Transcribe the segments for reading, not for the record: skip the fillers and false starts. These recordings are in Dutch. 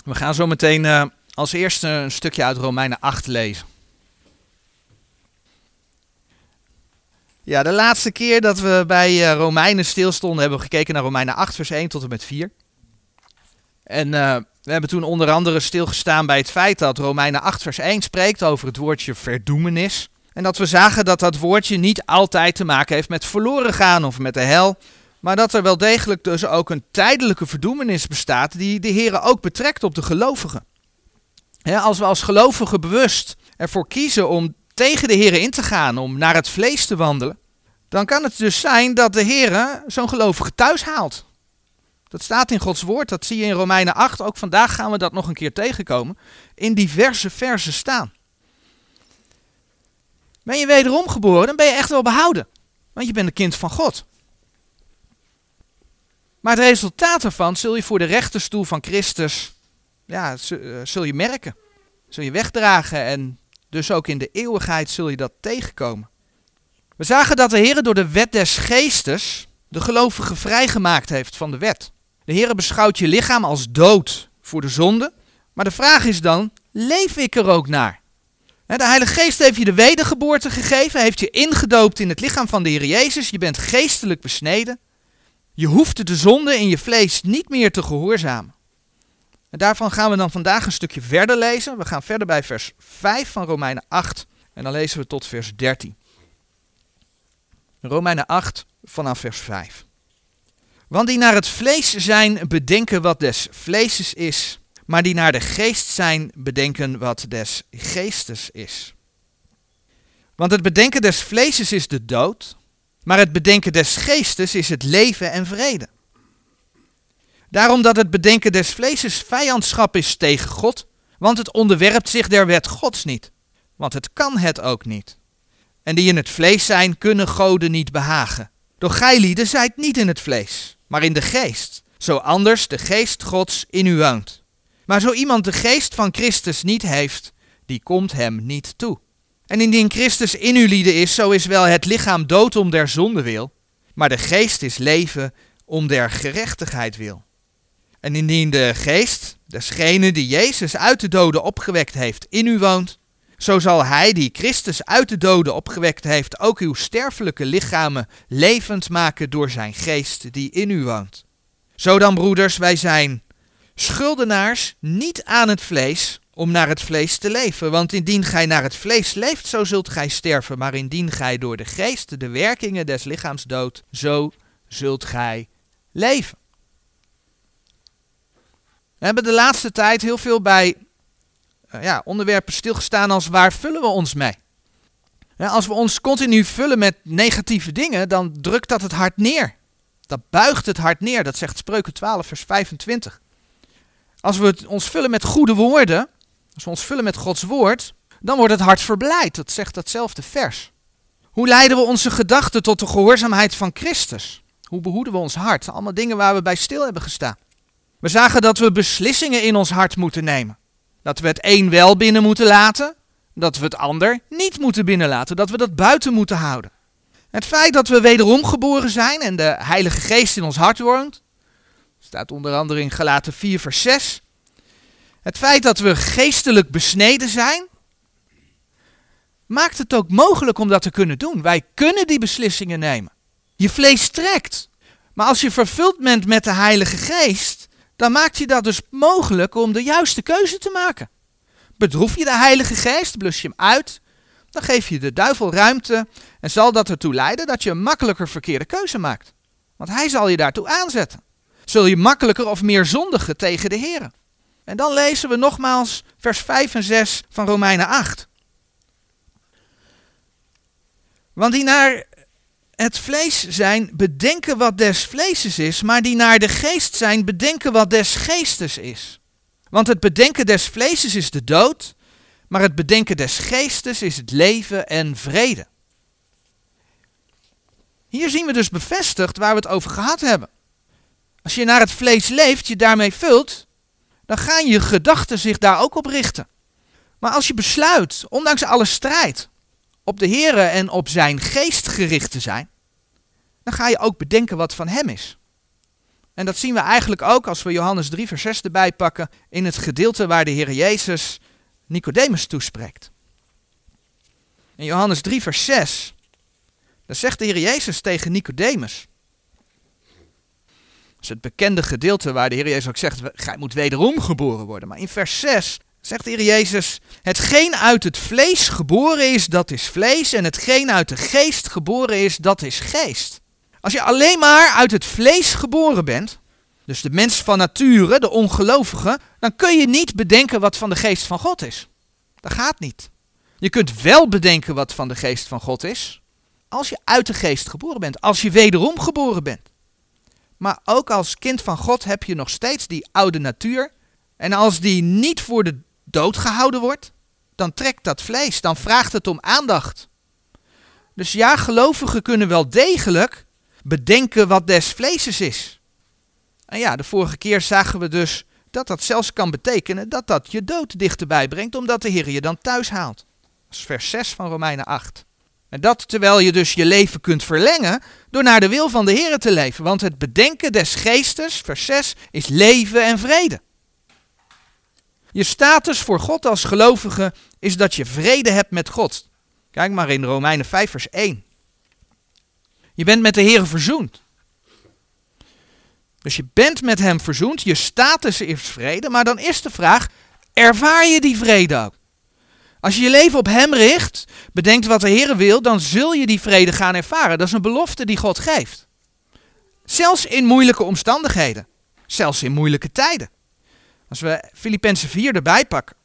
We gaan zo meteen als eerste een stukje uit Romeinen 8 lezen. Ja, de laatste keer dat we bij Romeinen stilstonden hebben we gekeken naar Romeinen 8 vers 1 tot en met 4. En we hebben toen onder andere stilgestaan bij het feit dat Romeinen 8 vers 1 spreekt over het woordje verdoemenis. En dat we zagen dat dat woordje niet altijd te maken heeft met verloren gaan of met de hel. Maar dat er wel degelijk dus ook een tijdelijke verdoemenis bestaat die de Heer ook betrekt op de gelovigen. Als we als gelovigen bewust ervoor kiezen om tegen de Heer in te gaan, om naar het vlees te wandelen, dan kan het dus zijn dat de Heer zo'n gelovige thuis haalt. Dat staat in Gods woord, dat zie je in Romeinen 8. Ook vandaag gaan we dat nog een keer tegenkomen. In diverse versen staan. Ben je wederom geboren, dan ben je echt wel behouden. Want je bent een kind van God. Maar het resultaat daarvan zul je voor de rechterstoel van Christus, zul je merken. Zul je wegdragen en dus ook in de eeuwigheid zul je dat tegenkomen. We zagen dat de Heer door de wet des geestes de gelovige vrijgemaakt heeft van de wet. De Heer beschouwt je lichaam als dood voor de zonde. Maar de vraag is dan, leef ik er ook naar? De Heilige Geest heeft je de wedergeboorte gegeven, heeft je ingedoopt in het lichaam van de Heer Jezus. Je bent geestelijk besneden. Je hoeft de zonde in je vlees niet meer te gehoorzamen. En daarvan gaan we dan vandaag een stukje verder lezen. We gaan verder bij vers 5 van Romeinen 8 en dan lezen we tot vers 13. Romeinen 8 vanaf vers 5. Want die naar het vlees zijn, bedenken wat des vleeses is, maar die naar de geest zijn, bedenken wat des geestes is. Want het bedenken des vleeses is de dood, maar het bedenken des geestes is het leven en vrede. Daarom dat het bedenken des vleeses vijandschap is tegen God, want het onderwerpt zich der wet Gods niet, want het kan het ook niet. En die in het vlees zijn, kunnen Goden niet behagen. Doch gijlieden zijt niet in het vlees, maar in de geest, zo anders de geest Gods in u woont. Maar zo iemand de geest van Christus niet heeft, die komt hem niet toe. En indien Christus in u lieden is, zo is wel het lichaam dood om der zonde wil, maar de geest is leven om der gerechtigheid wil. En indien de geest, desgene die Jezus uit de doden opgewekt heeft, in u woont, zo zal hij die Christus uit de doden opgewekt heeft ook uw sterfelijke lichamen levend maken door zijn geest die in u woont. Zo dan, broeders, wij zijn schuldenaars niet aan het vlees om naar het vlees te leven. Want indien gij naar het vlees leeft, zo zult gij sterven. Maar indien gij door de geest de werkingen des lichaams doodt, zo zult gij leven. We hebben de laatste tijd heel veel bij onderwerpen stilgestaan als waar vullen we ons mee. Als we ons continu vullen met negatieve dingen, dan drukt dat het hart neer. Dat buigt het hart neer, dat zegt Spreuken 12 vers 25. Als we ons vullen met goede woorden, als we ons vullen met Gods woord, dan wordt het hart verblijd. Dat zegt datzelfde vers. Hoe leiden we onze gedachten tot de gehoorzaamheid van Christus? Hoe behoeden we ons hart? Allemaal dingen waar we bij stil hebben gestaan. We zagen dat we beslissingen in ons hart moeten nemen. Dat we het een wel binnen moeten laten, dat we het ander niet moeten binnenlaten, dat we dat buiten moeten houden. Het feit dat we wederom geboren zijn en de Heilige Geest in ons hart woont, staat onder andere in Galaten 4 vers 6. Het feit dat we geestelijk besneden zijn, maakt het ook mogelijk om dat te kunnen doen. Wij kunnen die beslissingen nemen. Je vlees trekt. Maar als je vervuld bent met de Heilige Geest, dan maakt je dat dus mogelijk om de juiste keuze te maken. Bedroef je de Heilige Geest, blus je hem uit, dan geef je de duivel ruimte en zal dat ertoe leiden dat je een makkelijker verkeerde keuze maakt. Want hij zal je daartoe aanzetten. Zul je makkelijker of meer zondigen tegen de Heer. En dan lezen we nogmaals vers 5 en 6 van Romeinen 8. Want die naar het vlees zijn, bedenken wat des vleeses is, maar die naar de geest zijn, bedenken wat des geestes is. Want het bedenken des vleeses is de dood, maar het bedenken des geestes is het leven en vrede. Hier zien we dus bevestigd waar we het over gehad hebben. Als je naar het vlees leeft, je daarmee vult, dan gaan je gedachten zich daar ook op richten. Maar als je besluit, ondanks alle strijd, op de Heere en op zijn geest gericht te zijn, dan ga je ook bedenken wat van hem is. En dat zien we eigenlijk ook als we Johannes 3 vers 6 erbij pakken in het gedeelte waar de Heer Jezus Nicodemus toespreekt. In Johannes 3 vers 6, daar zegt de Heer Jezus tegen Nicodemus. Dat is het bekende gedeelte waar de Heer Jezus ook zegt, gij moet wederom geboren worden. Maar in vers 6 zegt de Heer Jezus, hetgeen uit het vlees geboren is, dat is vlees. En hetgeen uit de geest geboren is, dat is geest. Als je alleen maar uit het vlees geboren bent, dus de mens van nature, de ongelovige, dan kun je niet bedenken wat van de geest van God is. Dat gaat niet. Je kunt wel bedenken wat van de geest van God is, als je uit de geest geboren bent, als je wederom geboren bent. Maar ook als kind van God heb je nog steeds die oude natuur. En als die niet voor de dood gehouden wordt, dan trekt dat vlees, dan vraagt het om aandacht. Dus ja, gelovigen kunnen wel degelijk bedenken wat des vleeses is. En ja, de vorige keer zagen we dus dat dat zelfs kan betekenen dat dat je dood dichterbij brengt, omdat de Heer je dan thuis haalt. Dat is vers 6 van Romeinen 8. En dat terwijl je dus je leven kunt verlengen door naar de wil van de Heer te leven. Want het bedenken des geestes, vers 6, is leven en vrede. Je status voor God als gelovige is dat je vrede hebt met God. Kijk maar in Romeinen 5 vers 1. Je bent met de Heer verzoend. Dus je bent met hem verzoend, je status is vrede, maar dan is de vraag, ervaar je die vrede ook? Als je je leven op hem richt, bedenkt wat de Heer wil, dan zul je die vrede gaan ervaren. Dat is een belofte die God geeft. Zelfs in moeilijke omstandigheden. Zelfs in moeilijke tijden. Als we Filippenzen 4 erbij pakken.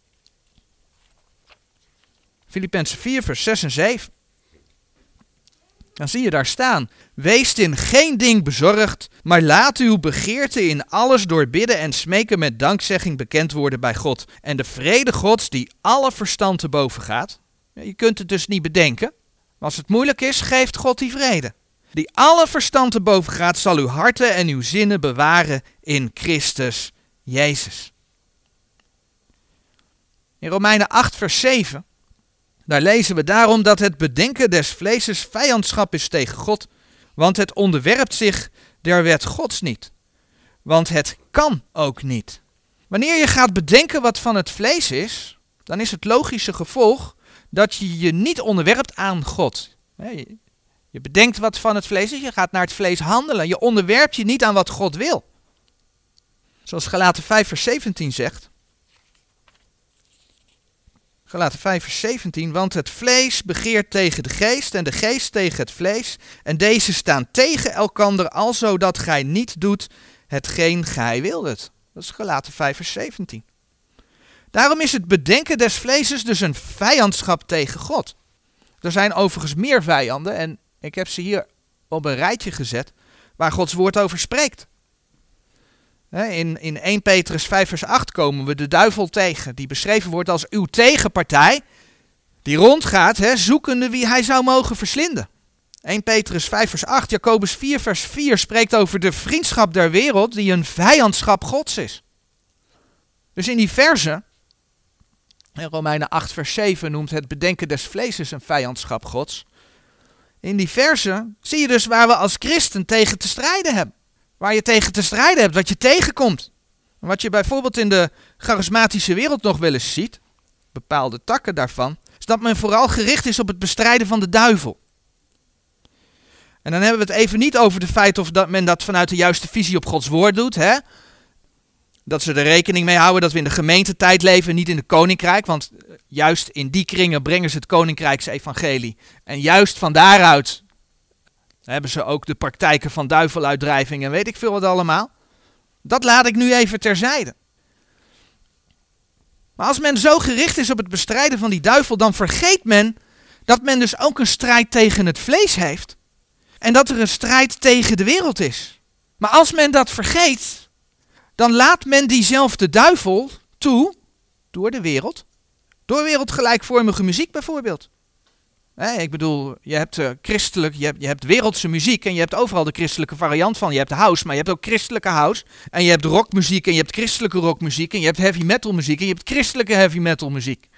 Filippenzen 4 vers 6 en 7. Dan zie je daar staan. Wees in geen ding bezorgd, maar laat uw begeerte in alles door bidden en smeken met dankzegging bekend worden bij God. En de vrede Gods die alle verstand te boven gaat. Je kunt het dus niet bedenken. Maar als het moeilijk is, geeft God die vrede. Die alle verstand te boven gaat, zal uw harten en uw zinnen bewaren in Christus Jezus. In Romeinen 8 vers 7. Daar lezen we daarom dat het bedenken des vleeses vijandschap is tegen God, want het onderwerpt zich der wet Gods niet. Want het kan ook niet. Wanneer je gaat bedenken wat van het vlees is, dan is het logische gevolg dat je je niet onderwerpt aan God. Je bedenkt wat van het vlees is, je gaat naar het vlees handelen. Je onderwerpt je niet aan wat God wil. Zoals Galaten 5 vers 17 zegt. Galaten 5 vers 17, want het vlees begeert tegen de geest en de geest tegen het vlees. En deze staan tegen elkander, alzo dat gij niet doet hetgeen gij wildet. Dat is Galaten 5 vers 17. Daarom is het bedenken des vleeses dus een vijandschap tegen God. Er zijn overigens meer vijanden en ik heb ze hier op een rijtje gezet waar Gods woord over spreekt. In 1 Petrus 5 vers 8 komen we de duivel tegen, die beschreven wordt als uw tegenpartij, die rondgaat, zoekende wie hij zou mogen verslinden. 1 Petrus 5 vers 8, Jacobus 4 vers 4 spreekt over de vriendschap der wereld, die een vijandschap Gods is. Dus in die verse, Romeinen 8 vers 7 noemt het bedenken des vleeses een vijandschap Gods. In die verse zie je dus waar we als christen tegen te strijden hebben. Waar je tegen te strijden hebt, wat je tegenkomt. Wat je bijvoorbeeld in de charismatische wereld nog wel eens ziet, bepaalde takken daarvan, is dat men vooral gericht is op het bestrijden van de duivel. En dan hebben we het even niet over het feit of dat men dat vanuit de juiste visie op Gods woord doet. Dat ze er rekening mee houden dat we in de gemeentetijd leven en niet in de koninkrijk. Want juist in die kringen brengen ze het koninkrijksevangelie. En juist van daaruit hebben ze ook de praktijken van duiveluitdrijving en weet ik veel wat allemaal. Dat laat ik nu even terzijde. Maar als men zo gericht is op het bestrijden van die duivel, dan vergeet men dat men dus ook een strijd tegen het vlees heeft. En dat er een strijd tegen de wereld is. Maar als men dat vergeet, dan laat men diezelfde duivel toe door de wereld. Door wereldgelijkvormige muziek bijvoorbeeld. Ik bedoel, je hebt christelijk, je hebt wereldse muziek en je hebt overal de christelijke variant van. Je hebt house, maar je hebt ook christelijke house. En je hebt rockmuziek en je hebt christelijke rockmuziek. En je hebt heavy metal muziek en je hebt christelijke heavy metal muziek.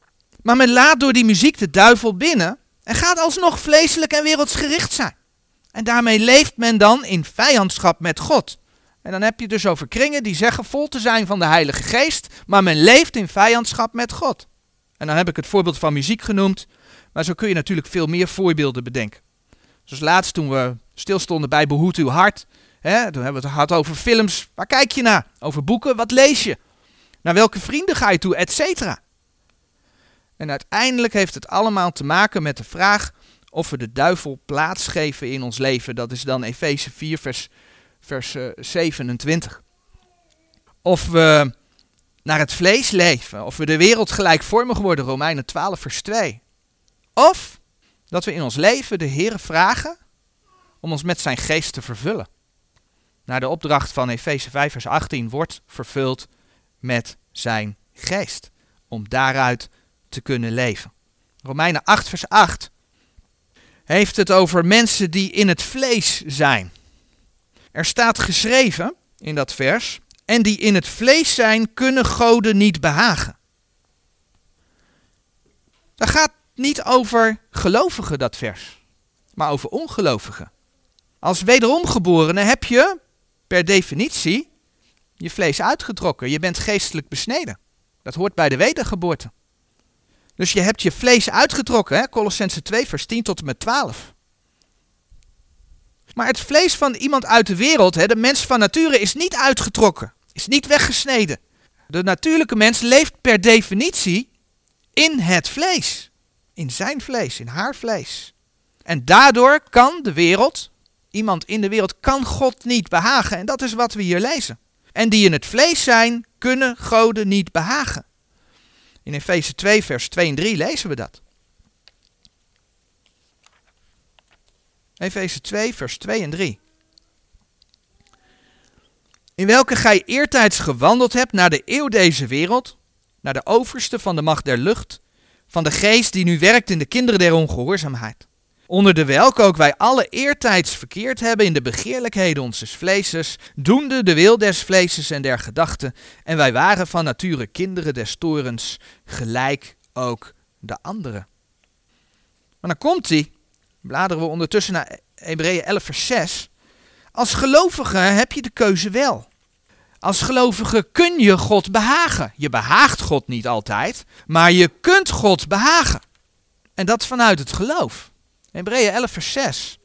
Maar men laat door die muziek de duivel binnen en gaat alsnog vleeselijk en wereldsgericht zijn. En daarmee leeft men dan in vijandschap met God. En dan heb je dus over kringen die zeggen vol te zijn van de Heilige Geest, maar men leeft in vijandschap met God. En dan heb ik het voorbeeld van muziek genoemd, maar zo kun je natuurlijk veel meer voorbeelden bedenken. Zoals laatst toen we stilstonden bij Behoed uw hart, toen hebben we het gehad over films, waar kijk je naar? Over boeken, wat lees je? Naar welke vrienden ga je toe, et cetera. En uiteindelijk heeft het allemaal te maken met de vraag of we de duivel plaats geven in ons leven. Dat is dan Efeze 4 vers 27. Of we naar het vlees leven, of we de wereld gelijkvormig worden, Romeinen 12 vers 2. Of dat we in ons leven de Heere vragen om ons met zijn geest te vervullen. Naar de opdracht van Efeze 5 vers 18 wordt vervuld met zijn geest. Om daaruit te kunnen leven. Romeinen 8 vers 8 heeft het over mensen die in het vlees zijn. Er staat geschreven in dat vers, en die in het vlees zijn, kunnen goden niet behagen. Dat gaat niet over gelovigen, dat vers, maar over ongelovigen. Als wederomgeborene heb je per definitie je vlees uitgetrokken. Je bent geestelijk besneden. Dat hoort bij de wedergeboorte. Dus je hebt je vlees uitgetrokken, Kolossenzen 2 vers 10 tot en met 12. Maar het vlees van iemand uit de wereld, de mens van nature, is niet uitgetrokken. Is niet weggesneden. De natuurlijke mens leeft per definitie in het vlees. In zijn vlees, in haar vlees. En daardoor kan de wereld, iemand in de wereld, kan God niet behagen. En dat is wat we hier lezen. En die in het vlees zijn, kunnen goden niet behagen. In Efeze 2 vers 2 en 3 lezen we dat. Efeze 2 vers 2 en 3. In welke gij eertijds gewandeld hebt naar de eeuw deze wereld, naar de overste van de macht der lucht, van de geest die nu werkt in de kinderen der ongehoorzaamheid. Onder de welke ook wij alle eertijds verkeerd hebben in de begeerlijkheden onzes vleeses, doende de wil des vleeses en der gedachten, en wij waren van nature kinderen des toorns, gelijk ook de anderen. Maar dan komt hij, bladeren we ondertussen naar Hebreeën 11 vers 6. Als gelovige heb je de keuze wel. Als gelovige kun je God behagen. Je behaagt God niet altijd, maar je kunt God behagen. En dat vanuit het geloof. Hebreeën 11 vers 6.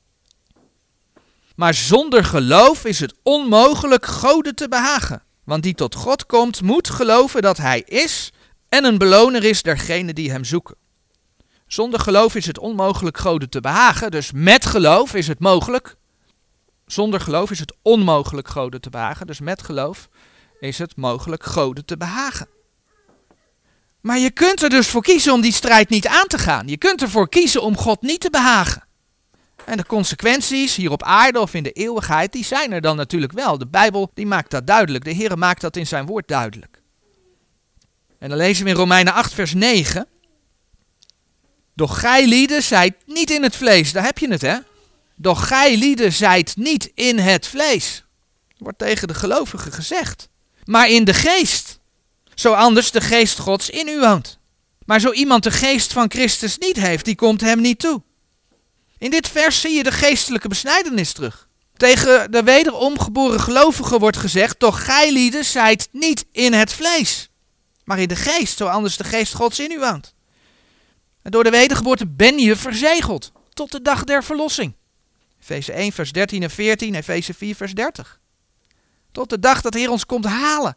Maar zonder geloof is het onmogelijk Goden te behagen. Want die tot God komt, moet geloven dat hij is en een beloner is dergenen die hem zoeken. Zonder geloof is het onmogelijk Goden te behagen, dus met geloof is het mogelijk. Zonder geloof is het onmogelijk Goden te behagen, dus met geloof is het mogelijk Goden te behagen. Maar je kunt er dus voor kiezen om die strijd niet aan te gaan. Je kunt ervoor kiezen om God niet te behagen. En de consequenties hier op aarde of in de eeuwigheid, die zijn er dan natuurlijk wel. De Bijbel die maakt dat duidelijk. De Heer maakt dat in zijn woord duidelijk. En dan lezen we in Romeinen 8 vers 9. Doch gij lieden zijt niet in het vlees. Daar heb je het, Doch gij lieden zijt niet in het vlees. Wordt tegen de gelovigen gezegd. Maar in de geest. Zo anders de geest Gods in u woont. Maar zo iemand de geest van Christus niet heeft, die komt hem niet toe. In dit vers zie je de geestelijke besnijdenis terug. Tegen de wederomgeboren gelovigen wordt gezegd, doch gij lieden zijt niet in het vlees. Maar in de geest, zo anders de geest Gods in u woont. En door de wedergeboorte ben je verzegeld, tot de dag der verlossing. Efeze 1 vers 13 en 14, Efeze 4 vers 30. Tot de dag dat de Heer ons komt halen.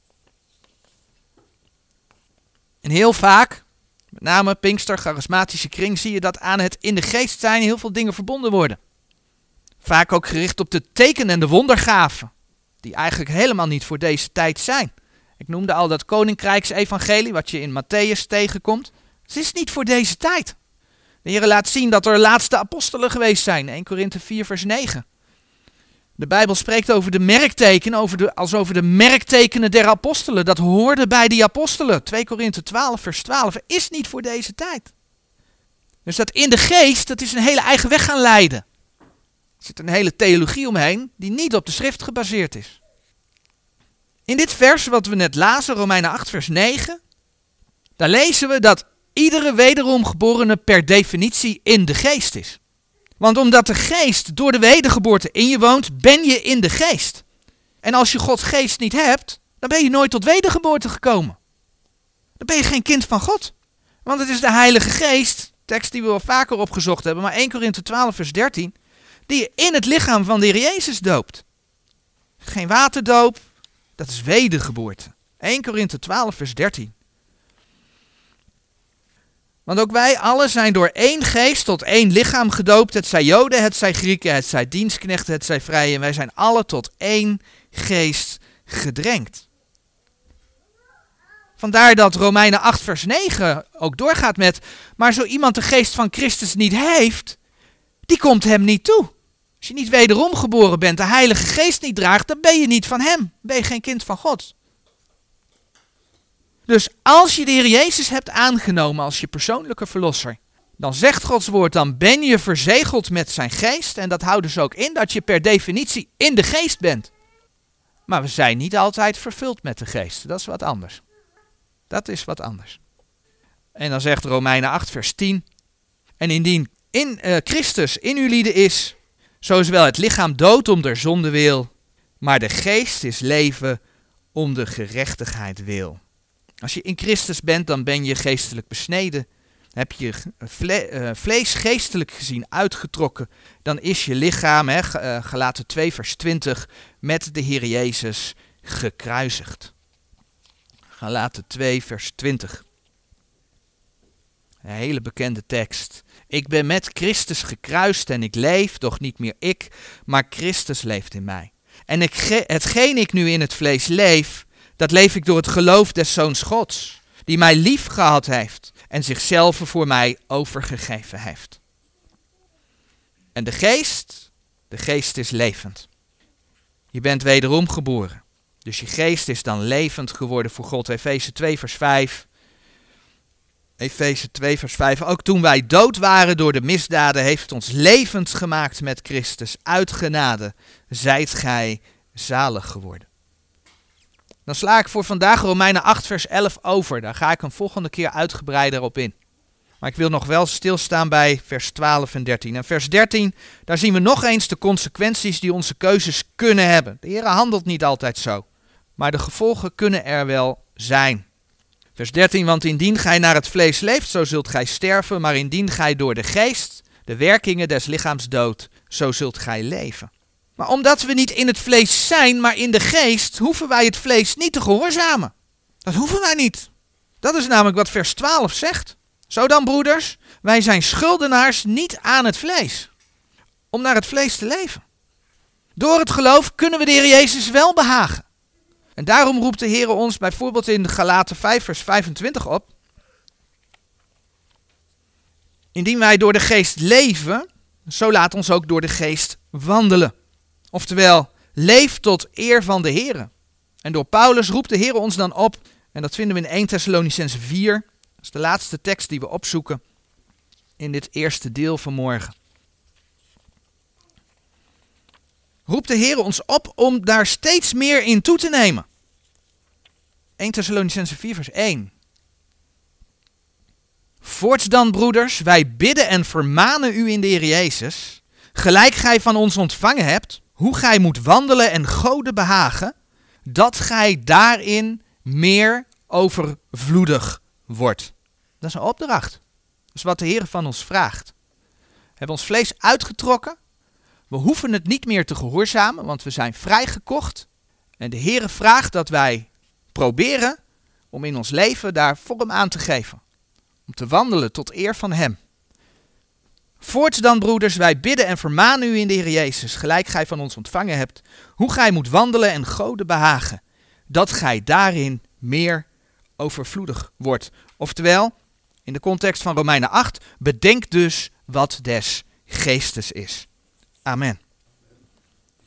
En heel vaak, met name Pinkster, charismatische kring, zie je dat aan het in de geest zijn heel veel dingen verbonden worden. Vaak ook gericht op de tekenen en de wondergaven, die eigenlijk helemaal niet voor deze tijd zijn. Ik noemde al dat koninkrijksevangelie, wat je in Matthäus tegenkomt. Het is niet voor deze tijd. De Heer laat zien dat er laatste apostelen geweest zijn, 1 Korinthe 4 vers 9. De Bijbel spreekt over de merktekenen, als over de merktekenen der apostelen. Dat hoorde bij die apostelen. 2 Korinthe 12 vers 12 is niet voor deze tijd. Dus dat in de geest, dat is een hele eigen weg gaan leiden. Er zit een hele theologie omheen die niet op de schrift gebaseerd is. In dit vers wat we net lazen, Romeinen 8 vers 9, daar lezen we dat iedere wederomgeborene per definitie in de geest is. Want omdat de geest door de wedergeboorte in je woont, ben je in de geest. En als je Gods geest niet hebt, dan ben je nooit tot wedergeboorte gekomen. Dan ben je geen kind van God. Want het is de Heilige Geest, tekst die we wel vaker opgezocht hebben, maar 1 Korinthe 12 vers 13, die je in het lichaam van de Heer Jezus doopt. Geen waterdoop, dat is wedergeboorte. 1 Korinthe 12 vers 13. Want ook wij allen zijn door één geest tot één lichaam gedoopt. Het zij Joden, het zij Grieken, het zij dienstknechten, het zij vrije. Wij zijn allen tot één geest gedrenkt. Vandaar dat Romeinen 8 vers 9 ook doorgaat met, maar zo iemand de geest van Christus niet heeft, die komt hem niet toe. Als je niet wederom geboren bent, de Heilige Geest niet draagt, dan ben je niet van hem. Ben je geen kind van God. Dus als je de Heer Jezus hebt aangenomen als je persoonlijke verlosser, dan zegt Gods woord, dan ben je verzegeld met zijn geest. En dat houdt dus ook in dat je per definitie in de geest bent. Maar we zijn niet altijd vervuld met de geest. Dat is wat anders. Dat is wat anders. En dan zegt Romeinen 8 vers 10. En indien in Christus in uw lieden is, zo is wel het lichaam dood om der zonde wil, maar de geest is leven om de gerechtigheid wil. Als je in Christus bent, dan ben je geestelijk besneden. Heb je vlees geestelijk gezien uitgetrokken, dan is je lichaam, Galaten 2 vers 20, met de Heer Jezus gekruisigd. Galaten 2 vers 20. Een hele bekende tekst. Ik ben met Christus gekruist en ik leef, doch niet meer ik, maar Christus leeft in mij. En hetgeen ik nu in het vlees leef, dat leef ik door het geloof des Zoons Gods, die mij lief gehad heeft en zichzelf voor mij overgegeven heeft. En de geest is levend. Je bent wederom geboren. Dus je geest is dan levend geworden voor God. Efeze 2 vers 5. Efeze 2 vers 5. Ook toen wij dood waren door de misdaden, heeft het ons levend gemaakt met Christus. Uit genade zijt gij zalig geworden. Dan sla ik voor vandaag Romeinen 8 vers 11 over. Daar ga ik een volgende keer uitgebreider op in. Maar ik wil nog wel stilstaan bij vers 12 en 13. En vers 13, daar zien we nog eens de consequenties die onze keuzes kunnen hebben. De Heer handelt niet altijd zo. Maar de gevolgen kunnen er wel zijn. Vers 13, want indien gij naar het vlees leeft, zo zult gij sterven. Maar indien gij door de geest de werkingen des lichaams doodt, zo zult gij leven. Maar omdat we niet in het vlees zijn, maar in de geest, hoeven wij het vlees niet te gehoorzamen. Dat hoeven wij niet. Dat is namelijk wat vers 12 zegt. Zo dan, broeders, wij zijn schuldenaars niet aan het vlees, om naar het vlees te leven. Door het geloof kunnen we de Heer Jezus wel behagen. En daarom roept de Heer ons bijvoorbeeld in Galaten 5 vers 25 op. Indien wij door de geest leven, zo laat ons ook door de geest wandelen. Oftewel, leef tot eer van de Heer. En door Paulus roept de Heer ons dan op, en dat vinden we in 1 Thessalonicenzen 4. Dat is de laatste tekst die we opzoeken in dit eerste deel van morgen. Roept de Heer ons op om daar steeds meer in toe te nemen. 1 Thessalonicenzen 4 vers 1. Voorts dan, broeders, wij bidden en vermanen u in de Heer Jezus, gelijk gij van ons ontvangen hebt, hoe gij moet wandelen en Gode behagen, dat gij daarin meer overvloedig wordt. Dat is een opdracht. Dat is wat de Heer van ons vraagt. We hebben ons vlees uitgetrokken. We hoeven het niet meer te gehoorzamen, want we zijn vrijgekocht. En de Heer vraagt dat wij proberen om in ons leven daar vorm aan te geven. Om te wandelen tot eer van Hem. Voorts dan, broeders, wij bidden en vermanen u in de Heer Jezus, gelijk gij van ons ontvangen hebt, hoe gij moet wandelen en Gode behagen, dat gij daarin meer overvloedig wordt. Oftewel, in de context van Romeinen 8, bedenk dus wat des geestes is. Amen.